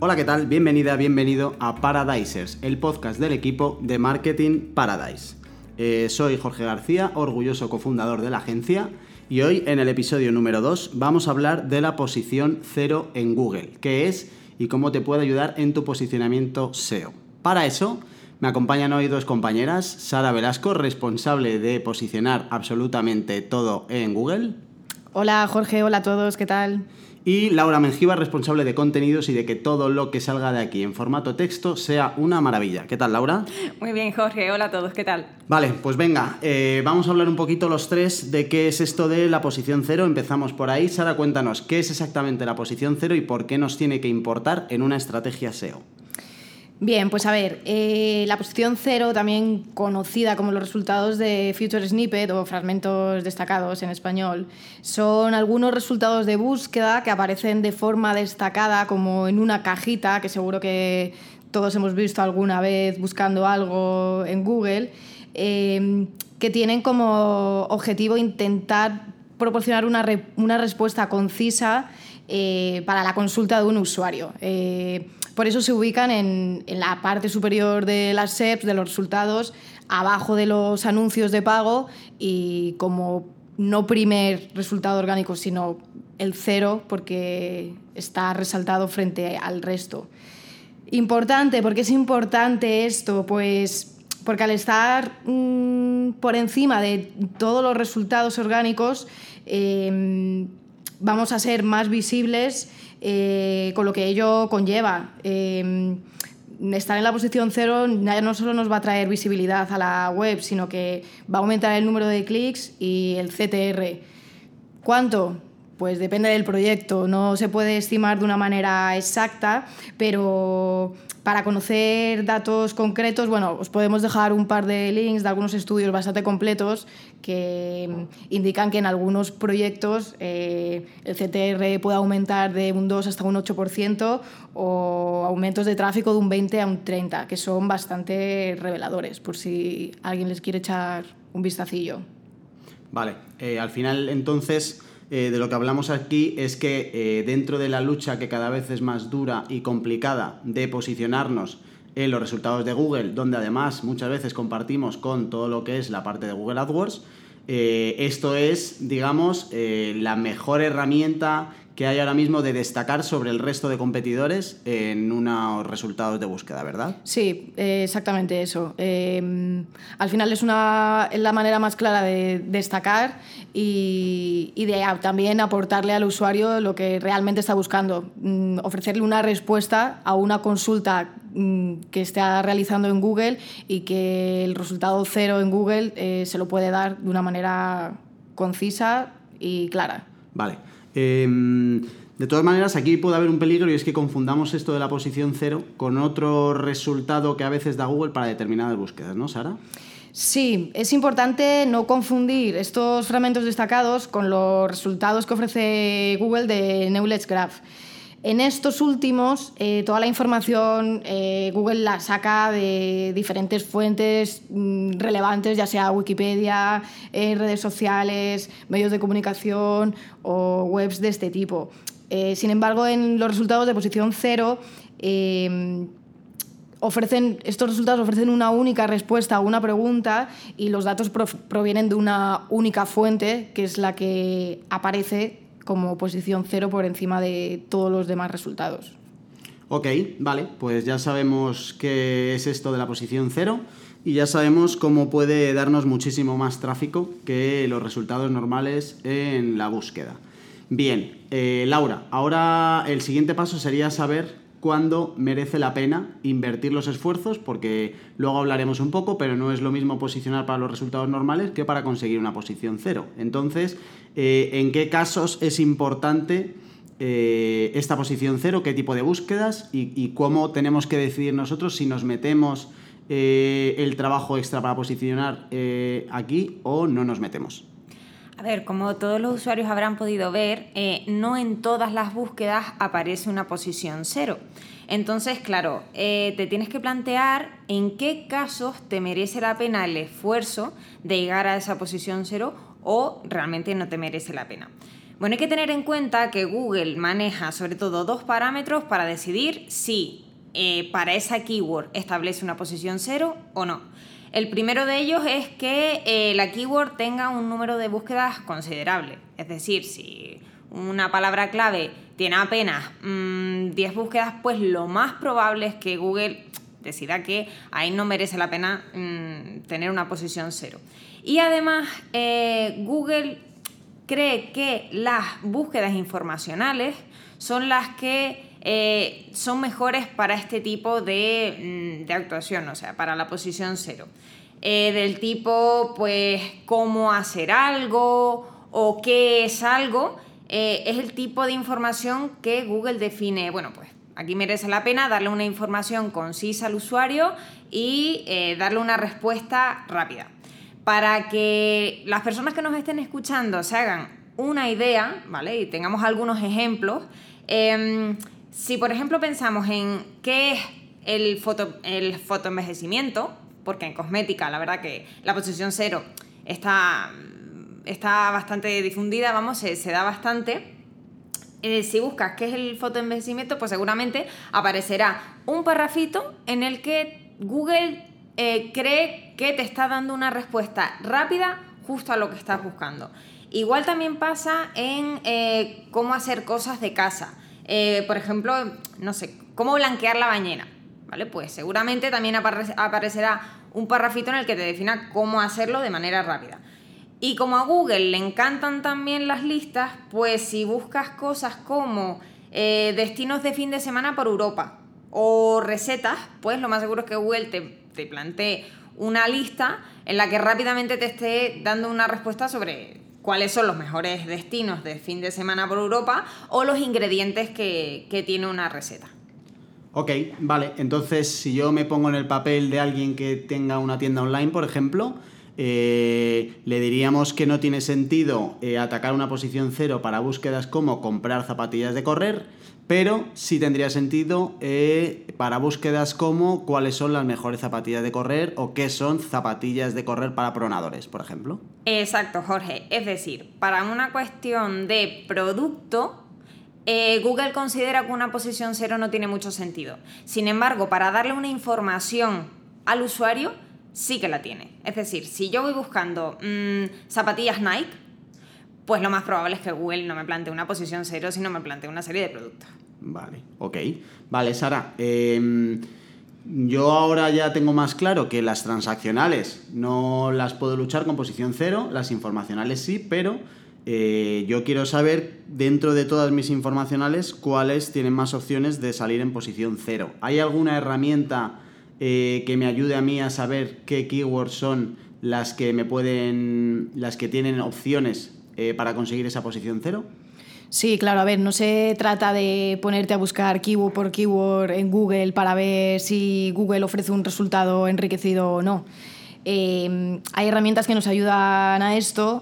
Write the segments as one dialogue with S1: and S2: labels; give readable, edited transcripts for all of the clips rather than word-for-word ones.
S1: Hola, ¿qué tal? Bienvenida, bienvenido a Paradisers, el podcast del equipo de Marketing Paradise. Soy Jorge García, orgulloso cofundador de la agencia, y hoy en el episodio número 2 vamos a hablar de la posición 0 en Google, qué es y cómo te puede ayudar en tu posicionamiento SEO. Para eso me acompañan hoy dos compañeras, Sara Velasco, responsable de posicionar absolutamente todo en Google.
S2: Hola Jorge, hola a todos, ¿qué tal?
S1: Y Laura Mengíbar, responsable de contenidos y de que todo lo que salga de aquí en formato texto sea una maravilla. ¿Qué tal, Laura?
S3: Muy bien, Jorge. Hola a todos. ¿Qué tal?
S1: Vale, pues venga, vamos a hablar un poquito los tres de qué es esto de la posición 0. Empezamos por ahí. Sara, cuéntanos, ¿qué es exactamente la posición 0 y por qué nos tiene que importar en una estrategia SEO?
S2: Bien, pues a ver, la posición 0, también conocida como los resultados de Feature Snippet o fragmentos destacados en español, son algunos resultados de búsqueda que aparecen de forma destacada como en una cajita, que seguro que todos hemos visto alguna vez buscando algo en Google, que tienen como objetivo intentar proporcionar una respuesta concisa para la consulta de un usuario. Por eso se ubican en la parte superior de las SERPs, de los resultados, abajo de los anuncios de pago y como no primer resultado orgánico, sino el 0, porque está resaltado frente al resto. Importante, ¿por qué es importante esto? Pues porque al estar por encima de todos los resultados orgánicos, vamos a ser más visibles, con lo que ello conlleva. Estar en la posición 0 no solo nos va a traer visibilidad a la web, sino que va a aumentar el número de clics y el CTR. ¿Cuánto? Pues depende del proyecto, no se puede estimar de una manera exacta, pero para conocer datos concretos, bueno, os podemos dejar un par de links de algunos estudios bastante completos que indican que en algunos proyectos el CTR puede aumentar de un 2 hasta un 8% o aumentos de tráfico de un 20 a un 30%, que son bastante reveladores, por si alguien les quiere echar un vistacillo.
S1: Vale, al final entonces de lo que hablamos aquí es que dentro de la lucha que cada vez es más dura y complicada de posicionarnos en los resultados de Google, donde además muchas veces compartimos con todo lo que es la parte de Google AdWords, esto es, digamos, la mejor herramienta que hay ahora mismo de destacar sobre el resto de competidores en unos resultados de búsqueda, ¿verdad?
S2: Sí, exactamente eso. Al final es la manera más clara de destacar y de también aportarle al usuario lo que realmente está buscando. Ofrecerle una respuesta a una consulta que está realizando en Google y que el resultado 0 en Google se lo puede dar de una manera concisa y clara.
S1: Vale. De todas maneras, aquí puede haber un peligro y es que confundamos esto de la posición 0 con otro resultado que a veces da Google para determinadas búsquedas, ¿no, Sara?
S2: Sí, es importante no confundir estos fragmentos destacados con los resultados que ofrece Google de Knowledge Graph. En estos últimos, toda la información Google la saca de diferentes fuentes relevantes, ya sea Wikipedia, redes sociales, medios de comunicación o webs de este tipo. Sin embargo, en los resultados de posición 0, estos resultados ofrecen una única respuesta a una pregunta y los datos provienen de una única fuente, que es la que aparece como posición 0 por encima de todos los demás resultados.
S1: Ok, vale, pues ya sabemos qué es esto de la posición 0 y ya sabemos cómo puede darnos muchísimo más tráfico que los resultados normales en la búsqueda. Bien, Laura, ahora el siguiente paso sería saber cuándo merece la pena invertir los esfuerzos, porque luego hablaremos un poco, pero no es lo mismo posicionar para los resultados normales que para conseguir una posición 0. Entonces, ¿en qué casos es importante esta posición 0? ¿Qué tipo de búsquedas? Y cómo tenemos que decidir nosotros si nos metemos el trabajo extra para posicionar aquí o no nos metemos.
S3: A ver, como todos los usuarios habrán podido ver, no en todas las búsquedas aparece una posición 0. Entonces, claro, te tienes que plantear en qué casos te merece la pena el esfuerzo de llegar a esa posición 0 o realmente no te merece la pena. Bueno, hay que tener en cuenta que Google maneja sobre todo 2 parámetros para decidir si para esa keyword establece una posición 0 o no. El primero de ellos es que la keyword tenga un número de búsquedas considerable. Es decir, si una palabra clave tiene apenas 10 búsquedas, pues lo más probable es que Google decida que ahí no merece la pena tener una posición 0. Y además, Google cree que las búsquedas informacionales son las que son mejores para este tipo de actuación, o sea, para la posición 0. Del tipo, pues, cómo hacer algo o qué es algo, es el tipo de información que Google define. Bueno, pues aquí merece la pena darle una información concisa al usuario y darle una respuesta rápida. Para que las personas que nos estén escuchando se hagan una idea, ¿vale? Y tengamos algunos ejemplos. Si, por ejemplo, pensamos en qué es el fotoenvejecimiento, porque en cosmética, la verdad que la posición 0 está bastante difundida, se da bastante. Si buscas qué es el fotoenvejecimiento, pues seguramente aparecerá un parrafito en el que Google cree que te está dando una respuesta rápida justo a lo que estás buscando. Igual también pasa en cómo hacer cosas de casa. Por ejemplo, no sé, cómo blanquear la bañera, ¿vale? Pues seguramente también aparecerá un parrafito en el que te defina cómo hacerlo de manera rápida. Y como a Google le encantan también las listas, pues si buscas cosas como destinos de fin de semana por Europa o recetas, pues lo más seguro es que Google te plantee una lista en la que rápidamente te esté dando una respuesta sobre cuáles son los mejores destinos de fin de semana por Europa o los ingredientes que tiene una receta.
S1: Ok, vale. Entonces, si yo me pongo en el papel de alguien que tenga una tienda online, por ejemplo, le diríamos que no tiene sentido atacar una posición 0 para búsquedas como comprar zapatillas de correr, pero sí tendría sentido para búsquedas como cuáles son las mejores zapatillas de correr o qué son zapatillas de correr para pronadores, por ejemplo.
S3: Exacto, Jorge. Es decir, para una cuestión de producto, Google considera que una posición 0 no tiene mucho sentido. Sin embargo, para darle una información al usuario, sí que la tiene. Es decir, si yo voy buscando zapatillas Nike, pues lo más probable es que Google no me plantee una posición 0, sino me plantee una serie de productos.
S1: Vale, ok. Vale, Sara, yo ahora ya tengo más claro que las transaccionales no las puedo luchar con posición 0, las informacionales sí, pero yo quiero saber, dentro de todas mis informacionales, cuáles tienen más opciones de salir en posición 0. ¿Hay alguna herramienta que me ayude a mí a saber qué keywords son las que tienen opciones para conseguir esa posición 0?
S2: Sí, claro, a ver, no se trata de ponerte a buscar keyword por keyword en Google para ver si Google ofrece un resultado enriquecido o no. Hay herramientas que nos ayudan a esto,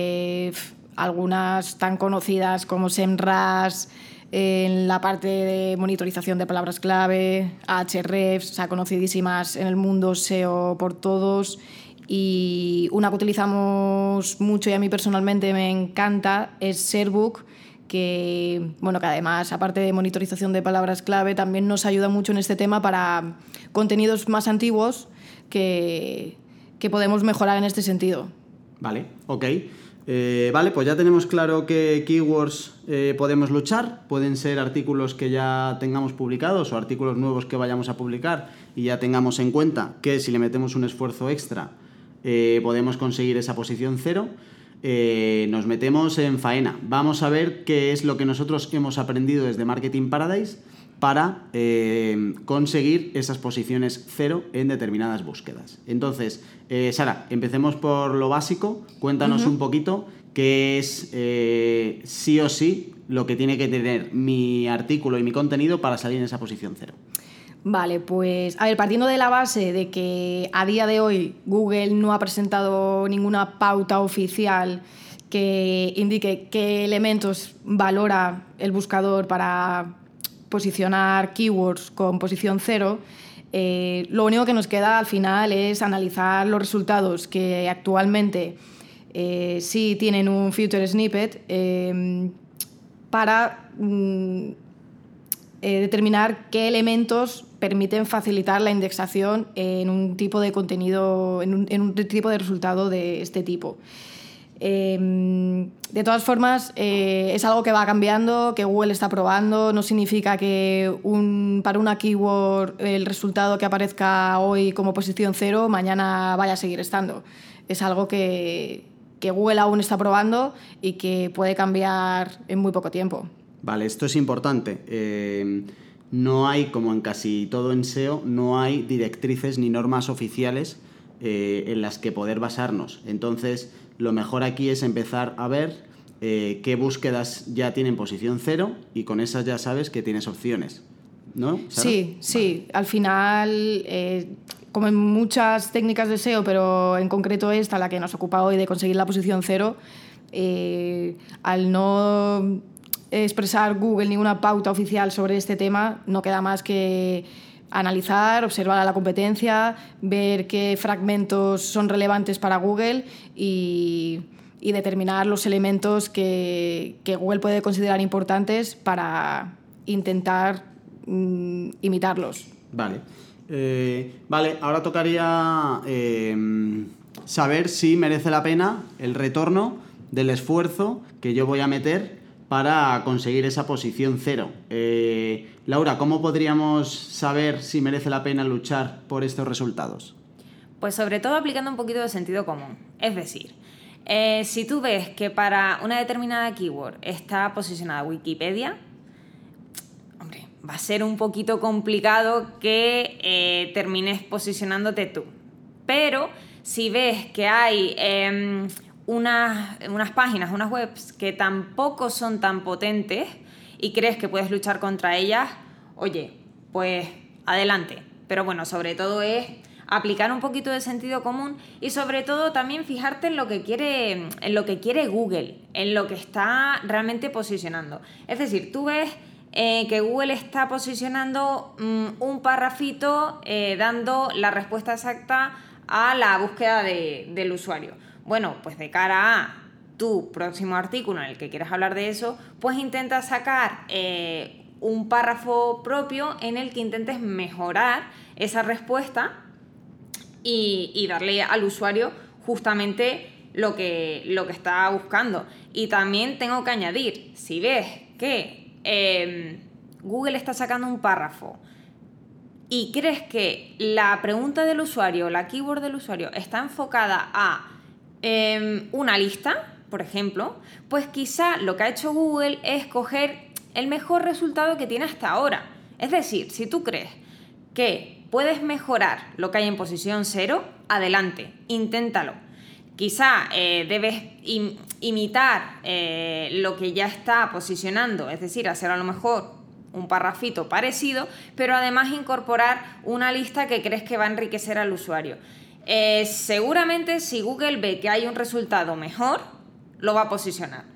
S2: algunas tan conocidas como SEMrush, en la parte de monitorización de palabras clave, Ahrefs, o sea, conocidísimas en el mundo SEO por todos. Y una que utilizamos mucho y a mí personalmente me encanta es ShareBook, que además, aparte de monitorización de palabras clave, también nos ayuda mucho en este tema para contenidos más antiguos que podemos mejorar en este sentido.
S1: Vale, ok. Vale, pues ya tenemos claro qué keywords podemos luchar. Pueden ser artículos que ya tengamos publicados o artículos nuevos que vayamos a publicar y ya tengamos en cuenta que si le metemos un esfuerzo extra podemos conseguir esa posición 0. Nos metemos en faena. Vamos a ver qué es lo que nosotros hemos aprendido desde Marketing Paradise para conseguir esas posiciones 0 en determinadas búsquedas. Entonces, Sara, empecemos por lo básico. Cuéntanos un poquito qué es sí o sí lo que tiene que tener mi artículo y mi contenido para salir en esa posición 0.
S2: Vale, pues a ver, partiendo de la base de que a día de hoy Google no ha presentado ninguna pauta oficial que indique qué elementos valora el buscador para posicionar keywords con posición 0, lo único que nos queda al final es analizar los resultados que actualmente sí tienen un Future Snippet para determinar qué elementos permiten facilitar la indexación en un tipo de contenido, en un tipo de resultado de este tipo. De todas formas, es algo que va cambiando, que Google está probando. No significa que para una keyword el resultado que aparezca hoy como posición 0 mañana vaya a seguir estando. Es algo que Google aún está probando y que puede cambiar en muy poco tiempo.
S1: Vale, esto es importante. No hay, como en casi todo en SEO, no hay directrices ni normas oficiales en las que poder basarnos. Entonces, lo mejor aquí es empezar a ver qué búsquedas ya tienen posición 0 y con esas ya sabes que tienes opciones, ¿no, Sara?
S2: Sí. Vale. Al final, como en muchas técnicas de SEO, pero en concreto esta, la que nos ocupa hoy de conseguir la posición 0, al no expresar Google ninguna pauta oficial sobre este tema, no queda más que analizar, observar a la competencia, ver qué fragmentos son relevantes para Google y determinar los elementos que Google puede considerar importantes para intentar imitarlos.
S1: Vale. Vale, ahora tocaría saber si merece la pena el retorno del esfuerzo que yo voy a meter para conseguir esa posición 0. Laura, ¿cómo podríamos saber si merece la pena luchar por estos resultados?
S3: Pues sobre todo aplicando un poquito de sentido común. Es decir, si tú ves que para una determinada keyword está posicionada Wikipedia, hombre, va a ser un poquito complicado que termines posicionándote tú. Pero si ves que hay unas páginas, unas webs que tampoco son tan potentes y crees que puedes luchar contra ellas, oye, pues adelante. Pero bueno, sobre todo es aplicar un poquito de sentido común y sobre todo también fijarte en lo que quiere Google, en lo que está realmente posicionando. Es decir, tú ves que Google está posicionando un parrafito dando la respuesta exacta a la búsqueda del usuario. Bueno, pues de cara a tu próximo artículo en el que quieras hablar de eso, pues intenta sacar un párrafo propio en el que intentes mejorar esa respuesta y darle al usuario justamente lo que está buscando. Y también tengo que añadir, si ves que Google está sacando un párrafo y crees que la pregunta del usuario, la keyword del usuario, está enfocada a una lista, por ejemplo, pues quizá lo que ha hecho Google es coger el mejor resultado que tiene hasta ahora. Es decir, si tú crees que puedes mejorar lo que hay en posición 0, adelante, inténtalo. Quizá debes imitar lo que ya está posicionando, es decir, hacer a lo mejor un parrafito parecido, pero además incorporar una lista que crees que va a enriquecer al usuario. Seguramente si Google ve que hay un resultado mejor, lo va a posicionar.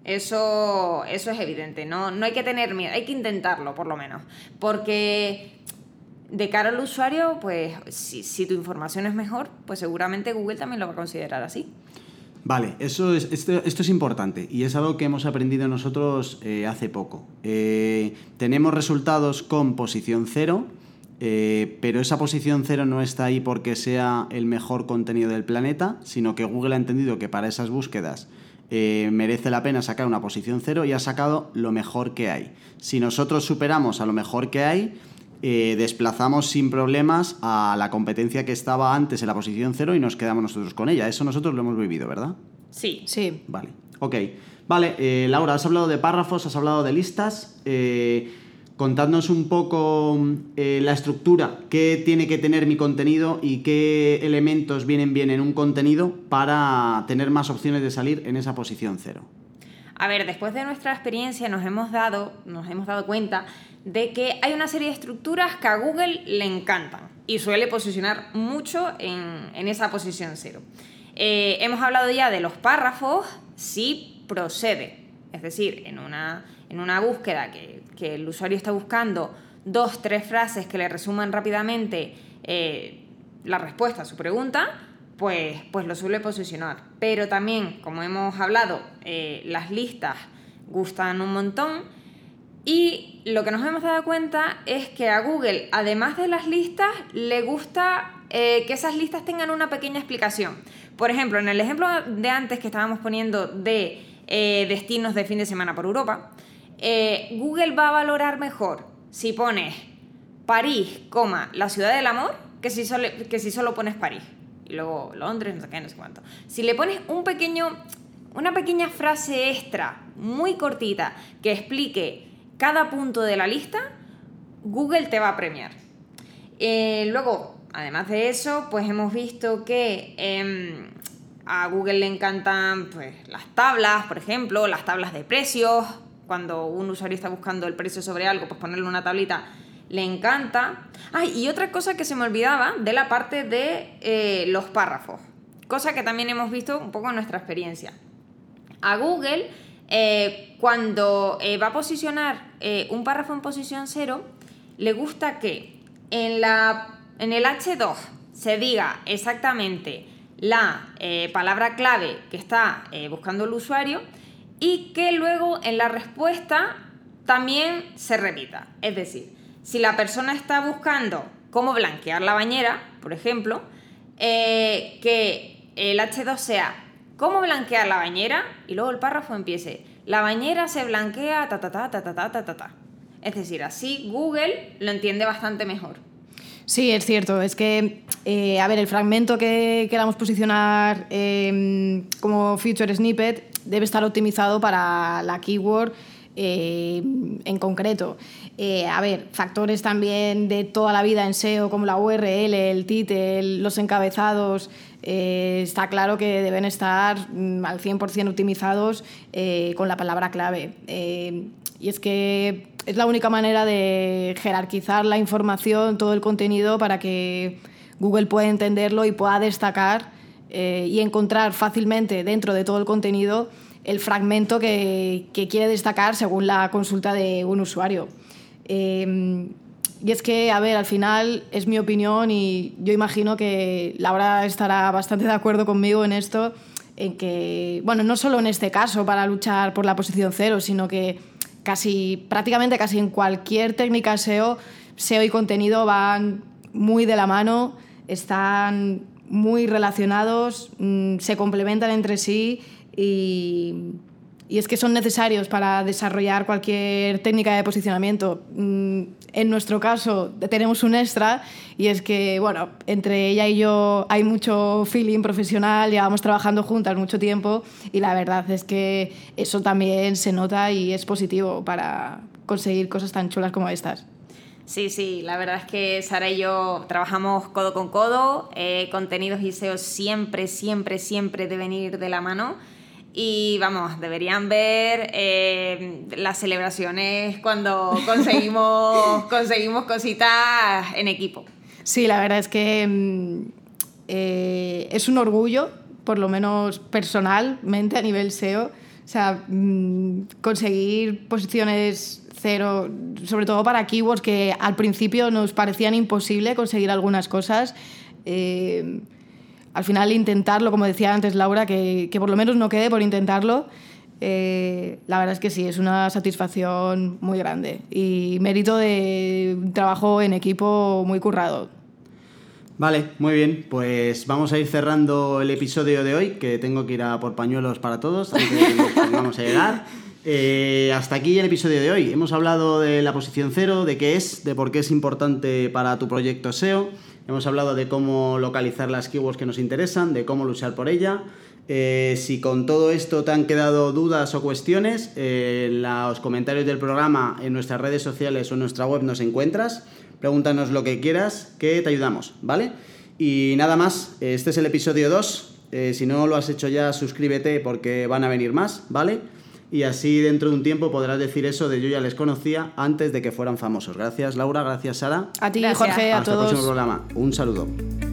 S3: Eso es evidente, no hay que tener miedo, hay que intentarlo por lo menos, porque de cara al usuario, pues si tu información es mejor, pues seguramente Google también lo va a considerar así.
S1: Vale, esto es importante y es algo que hemos aprendido nosotros hace poco. Tenemos resultados con posición 0, pero esa posición 0 no está ahí porque sea el mejor contenido del planeta, sino que Google ha entendido que para esas búsquedas merece la pena sacar una posición 0 y ha sacado lo mejor que hay. Si nosotros superamos a lo mejor que hay, desplazamos sin problemas a la competencia que estaba antes en la posición 0 y nos quedamos nosotros con ella. Eso nosotros lo hemos vivido, ¿verdad?
S2: Sí.
S1: Vale, ok. Vale, Laura, has hablado de párrafos, has hablado de listas. Contadnos un poco la estructura, qué tiene que tener mi contenido y qué elementos vienen bien en un contenido para tener más opciones de salir en esa posición 0.
S3: A ver, después de nuestra experiencia nos hemos dado cuenta de que hay una serie de estructuras que a Google le encantan y suele posicionar mucho en esa posición 0. Hemos hablado ya de los párrafos, si procede, es decir, en una búsqueda que el usuario está buscando 2-3 frases que le resuman rápidamente la respuesta a su pregunta, pues lo suele posicionar. Pero también, como hemos hablado, las listas gustan un montón. Y lo que nos hemos dado cuenta es que a Google, además de las listas, le gusta que esas listas tengan una pequeña explicación. Por ejemplo, en el ejemplo de antes que estábamos poniendo de destinos de fin de semana por Europa, Google va a valorar mejor si pones París, la ciudad del amor, que si solo pones París. Y luego Londres, no sé qué, no sé cuánto. Si le pones una pequeña frase extra, muy cortita, que explique cada punto de la lista, Google te va a premiar. Luego, además de eso, pues hemos visto que a Google le encantan pues, las tablas, por ejemplo, las tablas de precios. Cuando un usuario está buscando el precio sobre algo, pues ponerle una tablita le encanta. Y otra cosa que se me olvidaba de la parte de los párrafos, cosa que también hemos visto un poco en nuestra experiencia. A Google, cuando va a posicionar un párrafo en posición 0, le gusta que en el H2 se diga exactamente la palabra clave que está buscando el usuario y que luego en la respuesta también se repita. Es decir, si la persona está buscando cómo blanquear la bañera, por ejemplo, que el H2 sea cómo blanquear la bañera y luego el párrafo empiece la bañera se blanquea ta ta ta ta ta ta ta ta. Es decir, así Google lo entiende bastante mejor.
S2: Sí, es cierto. Es que, el fragmento que queramos posicionar como feature snippet debe estar optimizado para la keyword en concreto. Factores también de toda la vida en SEO como la URL, el title, los encabezados, está claro que deben estar al 100% optimizados con la palabra clave. Y es que es la única manera de jerarquizar la información, todo el contenido, para que Google pueda entenderlo y pueda destacar y encontrar fácilmente dentro de todo el contenido el fragmento que quiere destacar según la consulta de un usuario. Y es que, al final es mi opinión y yo imagino que Laura estará bastante de acuerdo conmigo en esto, en que, no solo en este caso para luchar por la posición 0, sino que prácticamente casi en cualquier técnica SEO y contenido van muy de la mano, están muy relacionados, se complementan entre sí y es que son necesarios para desarrollar cualquier técnica de posicionamiento. En nuestro caso tenemos un extra y es que, entre ella y yo hay mucho feeling profesional, llevamos trabajando juntas mucho tiempo y la verdad es que eso también se nota y es positivo para conseguir cosas tan chulas como estas.
S3: Sí, la verdad es que Sara y yo trabajamos codo con codo, contenidos y SEO siempre deben ir de la mano. Y deberían ver las celebraciones cuando conseguimos cositas en equipo.
S2: Sí, la verdad es que es un orgullo, por lo menos personalmente a nivel SEO, conseguir posiciones 0, sobre todo para keywords que al principio nos parecían imposible conseguir algunas cosas. Al final intentarlo, como decía antes Laura, que por lo menos no quede por intentarlo, la verdad es que sí, es una satisfacción muy grande y mérito de un trabajo en equipo muy currado.
S1: Vale, muy bien, pues vamos a ir cerrando el episodio de hoy, que tengo que ir a por pañuelos para todos antes de que vamos a llegar. Hasta aquí el episodio de hoy. Hemos hablado de la posición 0, de qué es, de por qué es importante para tu proyecto SEO. Hemos hablado de cómo localizar las keywords que nos interesan, de cómo luchar por ella. Si con todo esto te han quedado dudas o cuestiones, en los comentarios del programa, en nuestras redes sociales o en nuestra web nos encuentras. Pregúntanos lo que quieras, que te ayudamos, ¿vale? Y nada más, este es el episodio 2. Si no lo has hecho ya, suscríbete porque van a venir más, ¿vale? Y así dentro de un tiempo podrás decir eso de yo ya les conocía antes de que fueran famosos. Gracias Laura, gracias Sara.
S2: A ti, gracias. Jorge, a todos.
S1: Hasta el próximo programa. Un saludo.